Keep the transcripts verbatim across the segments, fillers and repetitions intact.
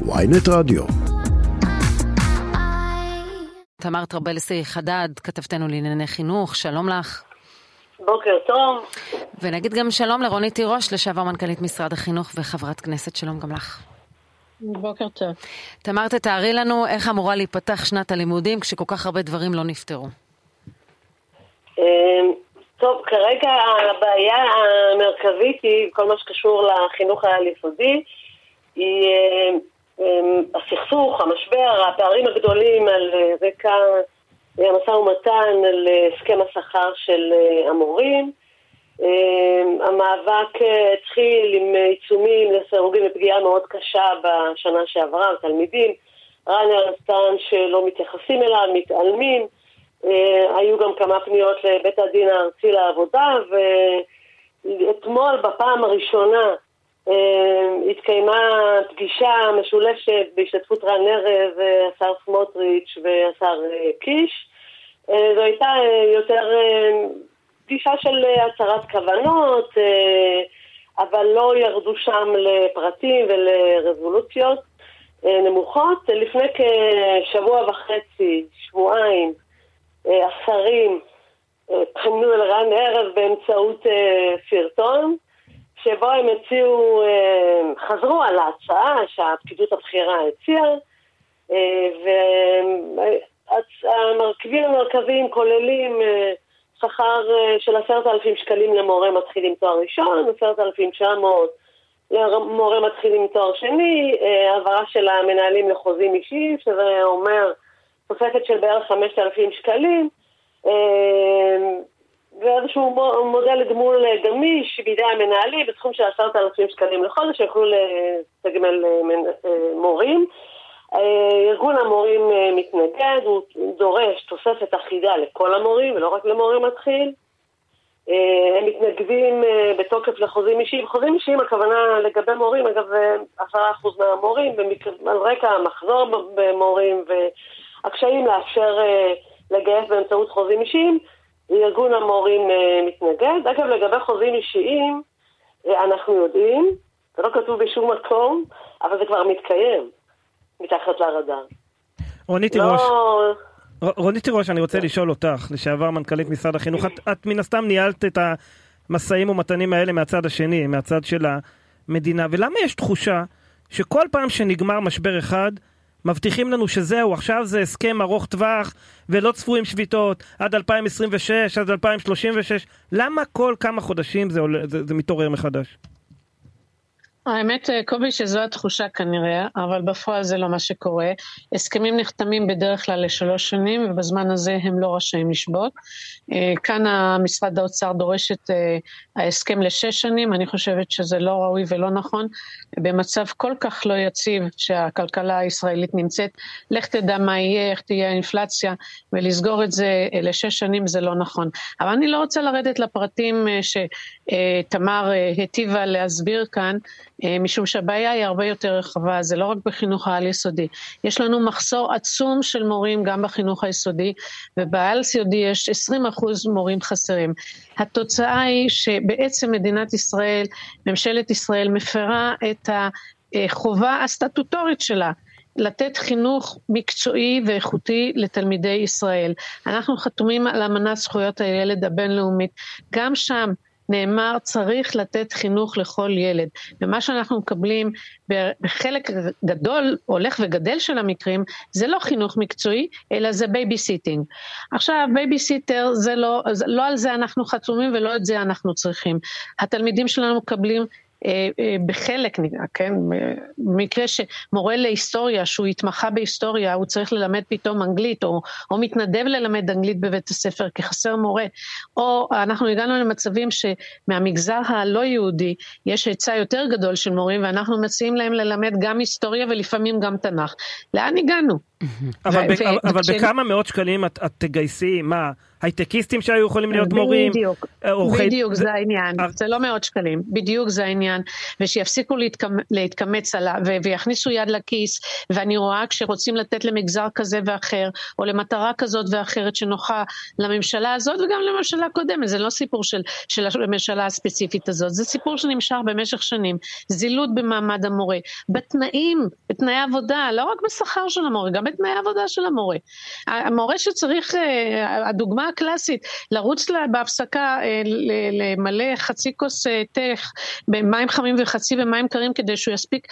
וויינט רדיו. תמר טרבלסי חדד, כתבתנו לענייני חינוך, שלום לך. בוקר טוב. ונגיד גם שלום לרונית תירוש, לשעבר מנכ"לית משרד החינוך וחברת כנסת, שלום גם לך. בוקר טוב. תמר, תתארי לנו איך אמורה להיפתח שנת הלימודים כשכל כך הרבה דברים לא נפתרו. טוב, כרגע הבעיה המרכזית היא, כל מה שקשור לחינוך העל-יסודי, היא הסכסוך, המשבר, הפערים הגדולים על רקע המשא ומתן על הסכם השכר של המורים. המאבק התחיל עם עיצומים לסירוגין ופגיעה מאוד קשה בשנה שעברה, תלמידים, רן ארנסטן שלא מתייחסים אליו, מתעלמים. היו גם כמה פניות לבית הדין הארצי לעבודה, ואתמול בפעם הראשונה התקיימה פגישה משולשת בהשתתפות רן ארז, השר סמוטריץ' והשר קיש. זו הייתה יותר פגישה של הצהרת כוונות, אבל לא ירדו שם לפרטים ולרזולוציות נמוכות. לפני כשבוע וחצי, שבועיים, השרים פנו אל רן ארז באמצעות סרטון, שבו הם הציעו, חזרו על ההצעה שהפקידות הבכירה הציעה, והמרכיבים המרכזיים כוללים שכר של עשרת אלפים שקלים למורה מתחיל עם תואר ראשון, עשרת אלפים תשע מאות למורה מתחיל עם תואר שני, העברה של המנהלים לחוזים אישיים, שזה אומר תוספת של בערך חמשת אלפים שקלים, ואיזשהו מודל לגמול גמיש בידי המנהלים בסכום של עשרת אלפים שקלים לחודש, שיוכלו לתגמל מורים. ארגון המורים מתנגד, הוא דורש תוספת אחידה לכל המורים ולא רק למורים מתחיל. הם מתנגדים בתוקף לחוזים אישיים. חוזים אישיים הכוונה לגבי מורים, אגב עשרה אחוז מהמורים, על רקע המחזור במורים והקשיים לאפשר לגייס באמצעות חוזים אישיים, ארגון המורים מתנגד. אגב, לגבי חוזים אישיים, אנחנו יודעים, זה לא כתוב בשום מקום, אבל זה כבר מתקיים מתחת לרדאר. רונית תירוש, רונית תירוש, אני רוצה לשאול אותך, לשעבר מנכ"לית משרד החינוך, את, את מן הסתם ניהלת את המסעים ומתנים האלה מהצד השני, מהצד של המדינה, ולמה יש תחושה שכל פעם שנגמר משבר אחד, מבטיחים לנו שזהו, עכשיו זה הסכם ארוך טווח, ולא צפויים שביתות, עד אלפיים עשרים ושש, עד אלפיים שלושים ושש, למה כל כמה חודשים זה, זה, זה מתעורר מחדש? האמת, קובי, שזו התחושה כנראה, אבל בפועל זה לא מה שקורה. הסכמים נחתמים בדרך כלל לשלוש שנים, ובזמן הזה הם לא רשאים לשבות. כאן המשרד האוצר דורש את ההסכם לשש שנים, אני חושבת שזה לא ראוי ולא נכון. במצב כל כך לא יציב שהכלכלה הישראלית נמצאת, לך תדע מה יהיה, איך תהיה האינפלציה, ולסגור את זה לשש שנים זה לא נכון. אבל אני לא רוצה לרדת לפרטים שתמר היטיבה להסביר כאן, משום שהבעיה היא הרבה יותר רחבה, זה לא רק בחינוך העל יסודי. יש לנו מחסור עצום של מורים גם בחינוך היסודי, ובעל יסודי יש עשרים אחוז מורים חסרים. התוצאה היא שבעצם מדינת ישראל, ממשלת ישראל מפרה את החובה הסטטוטורית שלה, לתת חינוך מקצועי ואיכותי לתלמידי ישראל. אנחנו חתומים על אמנת זכויות הילד הבינלאומית, גם שם נאמר צריך לתת חינוך לכל ילד, ומה שאנחנו מקבלים בחלק גדול, הולך וגדל של המקרים, זה לא חינוך מקצועי, אלא זה בייביסיטינג. עכשיו, בייביסיטר, זה לא, לא על זה אנחנו חתומים ולא את זה אנחנו צריכים. התלמידים שלנו מקבלים בחלק, כן, במקרה שמורה להיסטוריה, שהוא התמחה בהיסטוריה, הוא צריך ללמד פתאום אנגלית, או, או מתנדב ללמד אנגלית בבית הספר, כחסר מורה, או אנחנו הגענו למצבים שמהמגזר הלא יהודי, יש היצע יותר גדול של מורים, ואנחנו מציעים להם ללמד גם היסטוריה, ולפעמים גם תנ"ך. לאן הגענו? אבל בכמה מאות שקלים את תגייסי, מה, הייטקיסטים שהיו יכולים להיות מורים? בדיוק, בדיוק זה העניין, זה לא מאות שקלים, בדיוק זה העניין, ושיפסיקו להתקמץ עליו, ויכניסו יד לכיס, ואני רואה כשרוצים לתת למגזר כזה ואחר, או למטרה כזאת ואחרת שנוחה לממשלה הזאת, וגם לממשלה הקודמת, זה לא סיפור של, של הממשלה הספציפית הזאת, זה סיפור שנמשך במשך שנים, זילות במעמד המורה, בתנאים, בתנאי עבודה, לא רק בשכר של המורה, גם בתנאי העבודה של המורה. המורה שצריך, הדוגמה הקלאסית, לרוץ לה בהפסקה, למלא חצי כוס תך, במים חמים וחצי במים קרים, כדי שהוא יספיק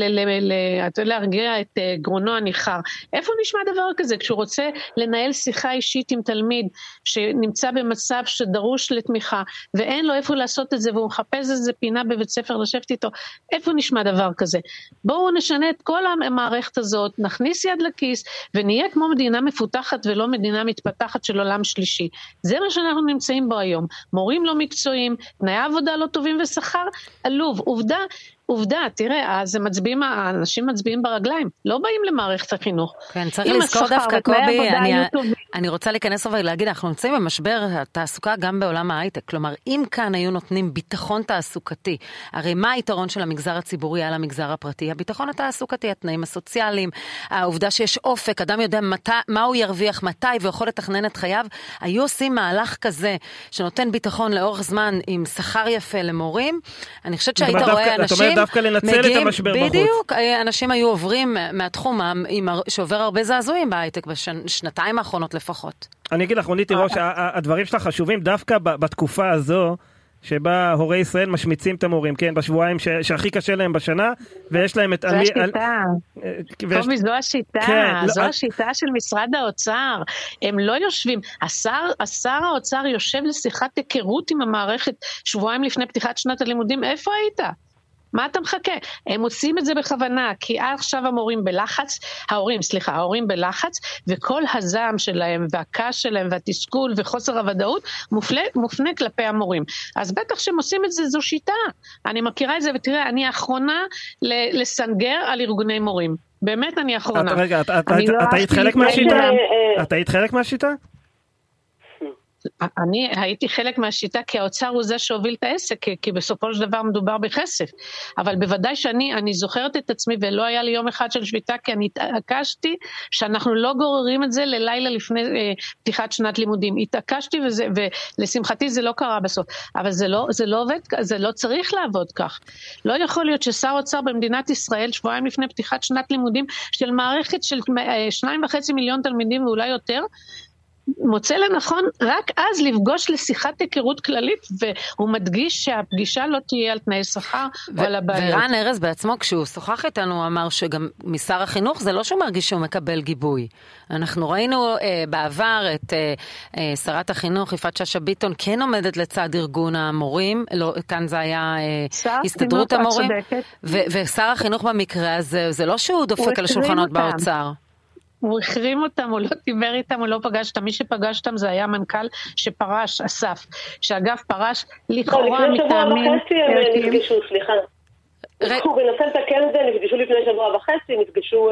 להרגיע את גרונו הניחר. איפה נשמע דבר כזה? כשהוא רוצה לנהל שיחה אישית עם תלמיד, שנמצא במצב שדרוש לתמיכה, ואין לו איפה לעשות את זה, והוא מחפש איזה פינה בבית ספר לשבת איתו, איפה נשמע דבר כזה? בואו נשנה את כל המערכת הזאת, נכניס יד לכיס, ונהיה כמו מדינה מפותחת ולא מדינה מתפתחת של עולם שלישי. זה מה שאנחנו נמצאים בו היום. מורים לא מקצועיים, תנאי עבודה לא טובים ושכר עלוב. עובדה, עובדה, תראה, אז מצביעים, האנשים מצביעים ברגליים, לא באים למערכת החינוך. כן, צריך לזכור דווקא, קובי, אני, אני רוצה להיכנס ולהגיד, אנחנו נמצאים במשבר התעסוקה גם בעולם ההייטק, כלומר, אם כאן היו נותנים ביטחון תעסוקתי, הרי מה היתרון של המגזר הציבורי על המגזר הפרטי? הביטחון התעסוקתי, התנאים הסוציאליים, העובדה שיש אופק, אדם יודע מתי, מה הוא ירוויח, מתי, ויכול לתכנן את חייו, היו עושים מהלך כזה, שנותן ביטחון לאורך זמן עם שכר יפה למורים, אני חושבת שהיית רואה אנשים דווקא לנצל מגיעים, את המשבר בחוץ. בדיוק, אנשים היו עוברים מהתחום שעובר הרבה זעזועים בהייטק בשנתיים האחרונות לפחות. אני אגיד לך, רונית תירוש, הדברים שלך חשובים דווקא בתקופה הזו, שבה הורי ישראל משמיצים את המורים, כן, בשבועיים שהכי קשה להם בשנה, ויש להם את... זו השיטה. קומי, זו השיטה. זו השיטה של משרד האוצר. הם לא יושבים. השר האוצר יושב לשיחת היכרות עם המערכת שבועיים לפני פתיחת שנת הלימודים. איפה היית? מה אתה מחכה? הם עושים את זה בכוונה, כי עכשיו המורים בלחץ, ההורים, סליחה, ההורים בלחץ, וכל הזעם שלהם, והכעס שלהם, והתסכול, וחוסר הוודאות, מופנה, מופנה כלפי המורים. אז בטח שהם עושים את זה, זו שיטה. אני מכירה את זה, ותראה, אני האחרונה לסנגר על ארגוני מורים. באמת אני האחרונה. רגע, אתה היית חלק מהשיטה? אתה היית חלק מהשיטה? אני הייתי חלק מהשיטה, כי האוצר הוא זה שהוביל את העסק, כי, כי בסופו של דבר מדובר בכסף. אבל בוודאי שאני אני זוכרת את עצמי, ולא היה לי יום אחד של שביתה, כי אני התעקשתי שאנחנו לא גוררים את זה ללילה לפני אה, פתיחת שנת לימודים. התעקשתי, וזה, ולשמחתי זה לא קרה בסוף. אבל זה לא, זה לא עובד, זה לא צריך לעבוד כך. לא יכול להיות ששר אוצר במדינת ישראל, שבועיים לפני פתיחת שנת לימודים, של מערכת של אה, שניים וחצי מיליון תלמידים, ואולי יותר, מוצא לנכון רק אז לפגוש לשיחת היכרות כללית, והוא מדגיש שהפגישה לא תהיה על תנאי שכר או על הבעיות. ורן ארז בעצמו, כשהוא שוחח איתנו, הוא אמר שגם משר החינוך זה לא שהוא מרגיש שהוא מקבל גיבוי. אנחנו ראינו אה, בעבר את אה, אה, שרת החינוך, יפעת שאשא ביטון, כן עומדת לצד ארגון המורים, לא, כאן זה היה אה, הסתדרות המורים, ו- ושר החינוך במקרה הזה, זה לא שהוא דופק על השולחנות באוצר. הוא החרים אותם, הוא לא דיבר איתם, הוא לא פגש אותם, מי שפגש אותם זה היה מנכ"ל שפרש, אסף, שאגב פרש לכאורה מטעמים... לפני שבוע וחצי הם נפגשו, סליחה. הוא בנצל לתקן את זה, נפגשו לפני שבוע וחצי, נפגשו...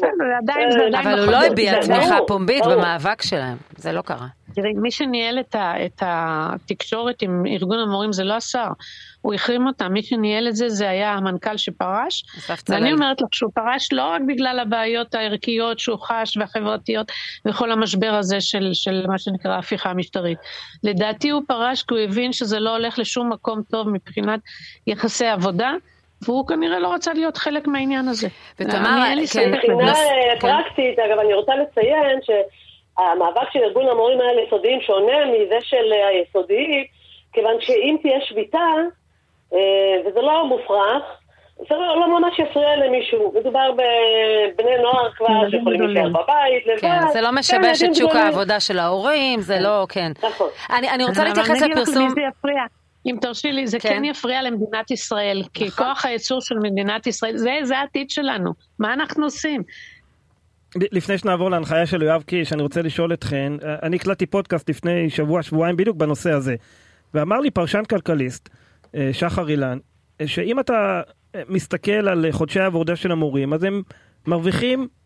אבל הוא לא הביע תמיכה פומבית במאבק שלהם, זה לא קרה. תראי, מי שניהל את התקשורת עם ארגון המורים זה לא השר, הוא החרים אותם, מי שניהל את זה זה היה המנכ"ל שפרש, ואני אומרת לך שהוא פרש לא רק בגלל הבעיות הערכיות שהוא חש והחברתיות וכל המשבר הזה של, של מה שנקרא ההפיכה המשטרית. לדעתי הוא פרש כי הוא הבין שזה לא הולך לשום מקום טוב מבחינת יחסי עבודה, והוא כנראה לא רצה להיות חלק מהעניין הזה. ותאמר, כן, מבחינה פרקטית, אגב אני רוצה לציין שהמאבק של ארגון המורים האלה יסודיים שונה מזה של היסודיים, כיוון שאם תהיה שביתה, וזה לא מופרך, זה לא ממש יפריע למישהו. מדובר בבני נוער כבר שיכולים להישאר בבית, לבד. זה לא משבש את שוק העבודה של ההורים, זה לא, כן. נכון. אני רוצה להתייחס לפרסום... אם תרשי לי, זה כן יפריע למדינת ישראל, כי כוח הייצור של מדינת ישראל, זה העתיד שלנו. מה אנחנו עושים? לפני שנעבור להנחיה של יואב קיש, אני רוצה לשאול אתכן, אני הקלטתי פודקאסט לפני שבוע, שבועיים בדיוק בנושא הזה, ואמר לי פרשן כלכליסט, שחר אילן, שאם אתה מסתכל על חודשי העבודה של המורים, אז הם מרוויחים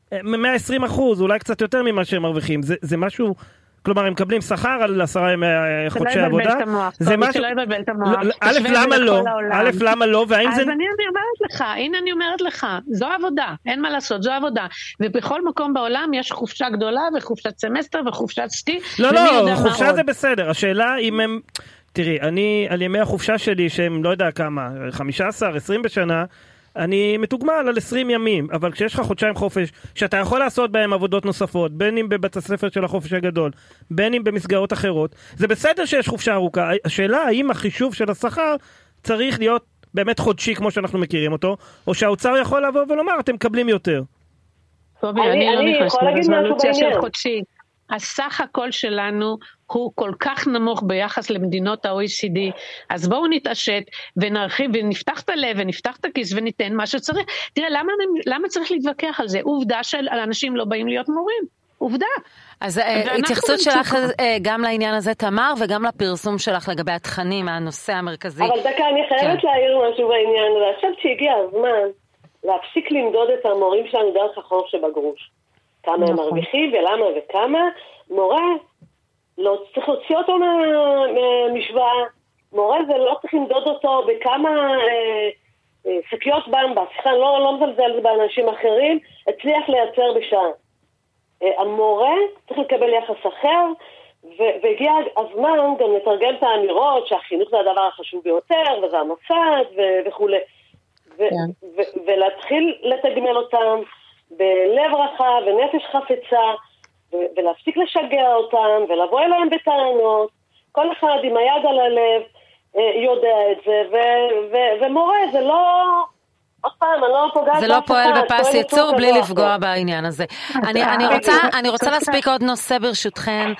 מאה ועשרים אחוז, אולי קצת יותר ממה שהם מרוויחים. זה, זה משהו, כלומר, הם מקבלים שכר על עשרה ימי חודשי עבודה. זה משהו... שלא יבלבל את המוח. א', למה לא? א', למה לא? והאם זה... אז אני אומרת לך, הנה אני אומרת לך, זו עבודה, אין מה לעשות, זו עבודה. ובכל מקום בעולם יש חופשה גדולה וחופשת סמסטר וחופשת סטי. לא, לא, חופשה זה בסדר. השאלה אם הם... תראי, אני, על ימי החופשה שלי, שהם לא יודע כמה, חמישה עשר, עשרים בשנה, אני מתוגמל על עשרים ימים, אבל כשיש לך חודשיים חופש, שאתה יכול לעשות בהם עבודות נוספות, בין אם בבית הספר של החופש הגדול, בין אם במסגרות אחרות, זה בסדר שיש חופשה ארוכה. השאלה האם החישוב של השכר צריך להיות באמת חודשי כמו שאנחנו מכירים אותו, או שהאוצר יכול לבוא ולומר, אתם מקבלים יותר. טובי, אני לא נכנס לרזולוציה של חודשי. הסך הכל שלנו הוא כל כך נמוך ביחס למדינות ה-או אי סי די, אז בואו נתעשת ונרחיב ונפתח את הלב ונפתח את הכיס וניתן מה שצריך. תראה, למה, למה צריך להתווכח על זה? עובדה שאנשים לא באים להיות מורים. עובדה. אז התייחסות שלך גם לעניין הזה, תמר, וגם לפרסום שלך לגבי התכנים, הנושא המרכזי. אבל דקה, אני חייבת להעיר משהו בעניין, ועכשיו שהגיע הזמן להפסיק למדוד את המורים שלנו דרך החור שבגרוש. כמה הם מרוויחים ולמה וכמה. מורה, לא צריך להוציא אותו מהמשוואה. מורה זה לא צריך למדוד אותו בכמה אה, אה, שקיות במבה. סליחה, לא, לא מזלזל באנשים אחרים, הצליח לייצר בשעה. אה, המורה צריך לקבל יחס אחר, ו- והגיע הזמן גם לתרגל את האמירות שהחינוך זה הדבר החשוב ביותר, וזה המוסד ו- וכו'. ו- yeah. ו- ולהתחיל לתגמל אותם בלב רחב ונפש חפצה, ו- ולהפסיק לשגע אותם, ולבוא אליהם בטענות. כל אחד עם היד על הלב יודע את זה, ו- ו- ומורה זה לא... עוד פעם, אני לא פוגעת... זה לא פועל בפס ייצור בלי לפגוע בעניין הזה. אני רוצה להספיק עוד נושא ברשותכן.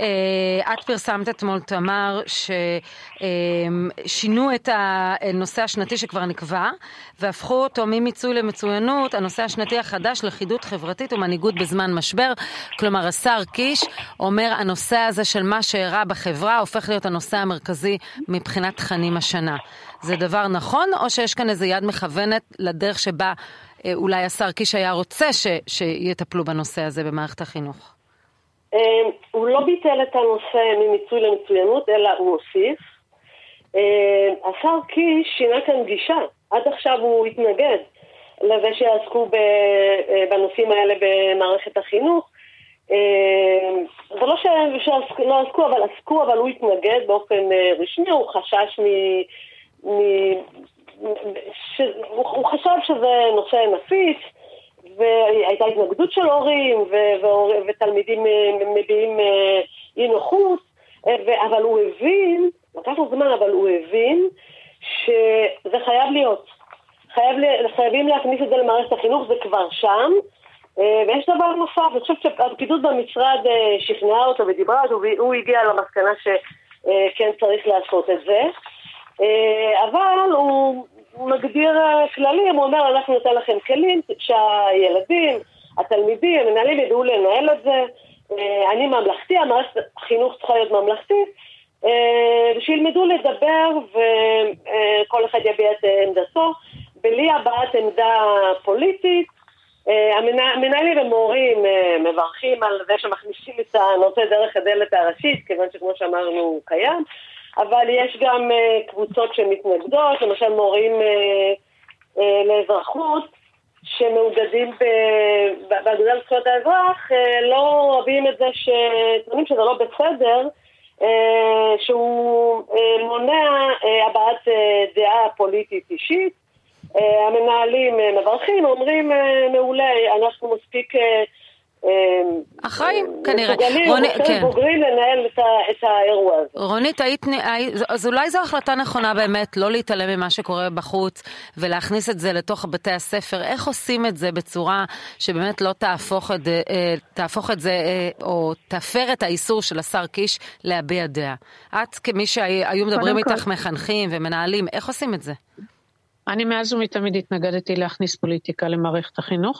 את פרסמת אתמול, תמר, ששינו את הנושא השנתי שכבר נקבע, והפכו אותו ממיצוי למצוינות, הנושא השנתי החדש לחידות חברתית ומנהיגות בזמן משבר. כלומר, השר קיש אומר, הנושא הזה של מה שאירע בחברה הופך להיות הנושא המרכזי מבחינת תכנים השנה. זה דבר נכון, או שיש כאן איזו יד מכוונת לדרך שבה אה, אולי השר קיש היה רוצה ש, שיטפלו בנושא הזה במערכת החינוך? אה, הוא לא ביטל את הנושא ממיצוי למצוינות, אלא הוא הוסיף. אה, השר קיש שינה כאן גישה. עד עכשיו הוא התנגד לזה שיעסקו ב, אה, בנושאים האלה במערכת החינוך. אה, זה לא שלא עסקו, אבל עסקו, אבל הוא התנגד באופן אה, רשמי, הוא חשש מ... ש... הוא חשב שזה נושא נפיץ, והייתה התנגדות של הורים, ו... ו... ותלמידים מביעים אי נוחות, ו... אבל הוא הבין, לקח לו זמן, אבל הוא הבין שזה חייב להיות. חייב... חייבים להכניס את זה למערכת החינוך, זה כבר שם, ויש דבר נוסף, אני חושבת שהפקידות במשרד שכנעה אותו ודיברה, והוא הגיע למסקנה שכן צריך לעשות את זה. אבל הוא מגדיר כללים, הוא אומר, אנחנו נותן לכם כלים שהילדים, התלמידים, המנהלים ידעו לנהל את זה. אני ממלכתי, המערכת החינוך צריכה להיות ממלכתית, ושילמדו לדבר וכל אחד יביע את עמדתו, בלי הבעת עמדה פוליטית. המנהלים ומורים מברכים על זה שמכניסים את הנושא דרך הדלת הראשית, כיוון שכמו שאמרנו הוא קיים. אבל יש גם uh, קבוצות שמתנגדות, למשל מורים uh, uh, לאזרחות, שמאוגדים באגודה לזכויות האזרח, uh, לא אוהבים את זה שטוענים שזה לא בסדר, uh, שהוא uh, מונע uh, הבעת uh, דעה פוליטית אישית. Uh, המנהלים uh, מברכים, אומרים uh, מעולה, אנחנו מספיק... Uh, החיים, כנראה. בוגרים לנהל את האירוע הזה. רונית, אז אולי זו החלטה נכונה באמת, לא להתעלם ממה שקורה בחוץ, ולהכניס את זה לתוך בתי הספר. איך עושים את זה בצורה שבאמת לא תהפוך את זה, או תפר את האיסור של השר קיש להביע דעה? את, כמי שהיו מדברים איתך מחנכים ומנהלים, איך עושים את זה? אני מאז ומתמיד התנגדתי להכניס פוליטיקה למערכת החינוך.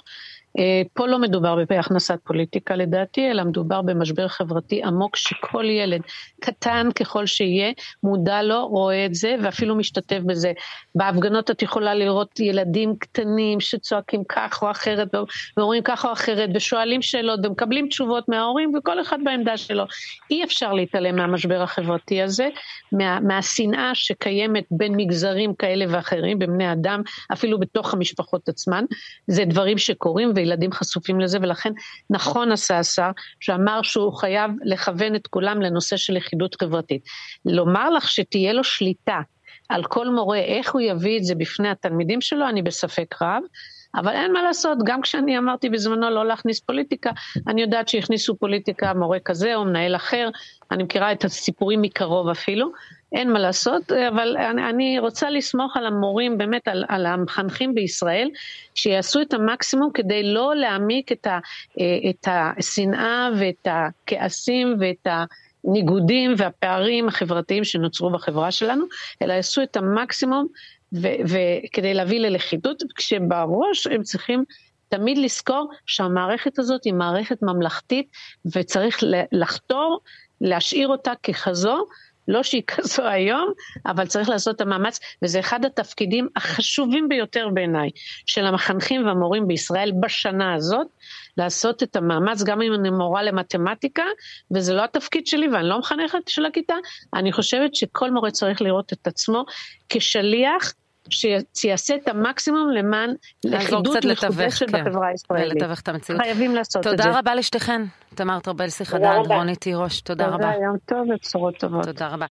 פה לא מדובר בהכנסת פוליטיקה לדעתי, אלא מדובר במשבר חברתי עמוק שכל ילד קטן ככל שיהיה, מודע לו, רואה את זה ואפילו משתתף בזה. בהפגנות את יכולה לראות ילדים קטנים שצועקים כך או אחרת ואומרים כך או אחרת ושואלים שאלות ומקבלים תשובות מההורים וכל אחד בעמדה שלו. אי אפשר להתעלם מהמשבר החברתי הזה, מה, מהשנאה שקיימת בין מגזרים כאלה ואחרים, בבני אדם, אפילו בתוך המשפחות עצמן. זה דברים שקורים וילדים חשופים לזה, ולכן נכון עשה השר שאמר שהוא חייב לכוון את כולם לנושא של יחידות חברתית. לומר לך שתהיה לו שליטה על כל מורה, איך הוא יביא את זה בפני התלמידים שלו, אני בספק רב, אבל אין מה לעשות, גם כשאני אמרתי בזמנו לא להכניס פוליטיקה, אני יודעת שהכניסו פוליטיקה מורה כזה או מנהל אחר, אני מכירה את הסיפורים מקרוב אפילו, אין מה לעשות, אבל אני, אני רוצה לסמוך על המורים, באמת על, על המחנכים בישראל, שיעשו את המקסימום כדי לא להעמיק את, ה, את השנאה ואת הכעסים ואת הניגודים והפערים החברתיים שנוצרו בחברה שלנו, אלא יעשו את המקסימום וכדי להביא ללכידות, כשבראש הם צריכים תמיד לזכור שהמערכת הזאת היא מערכת ממלכתית, וצריך לחתור, להשאיר אותה ככזו, לא שהיא כזו היום, אבל צריך לעשות את המאמץ, וזה אחד התפקידים החשובים ביותר בעיניי, של המחנכים והמורים בישראל בשנה הזאת, לעשות את המאמץ, גם אם אני מורה למתמטיקה, וזה לא התפקיד שלי, ואני לא מחנכת של הכיתה, אני חושבת שכל מורה צריך לראות את עצמו כשליח, שיעשה את המקסימום למען לכידות מחודשת בחברה הישראלית. חייבים לעשות את זה. תודה רבה לשתיכן, תמר טרבלסי חדד, רוני תירוש, תודה רבה. תודה, יום טוב ובשורות טובות. תודה רבה.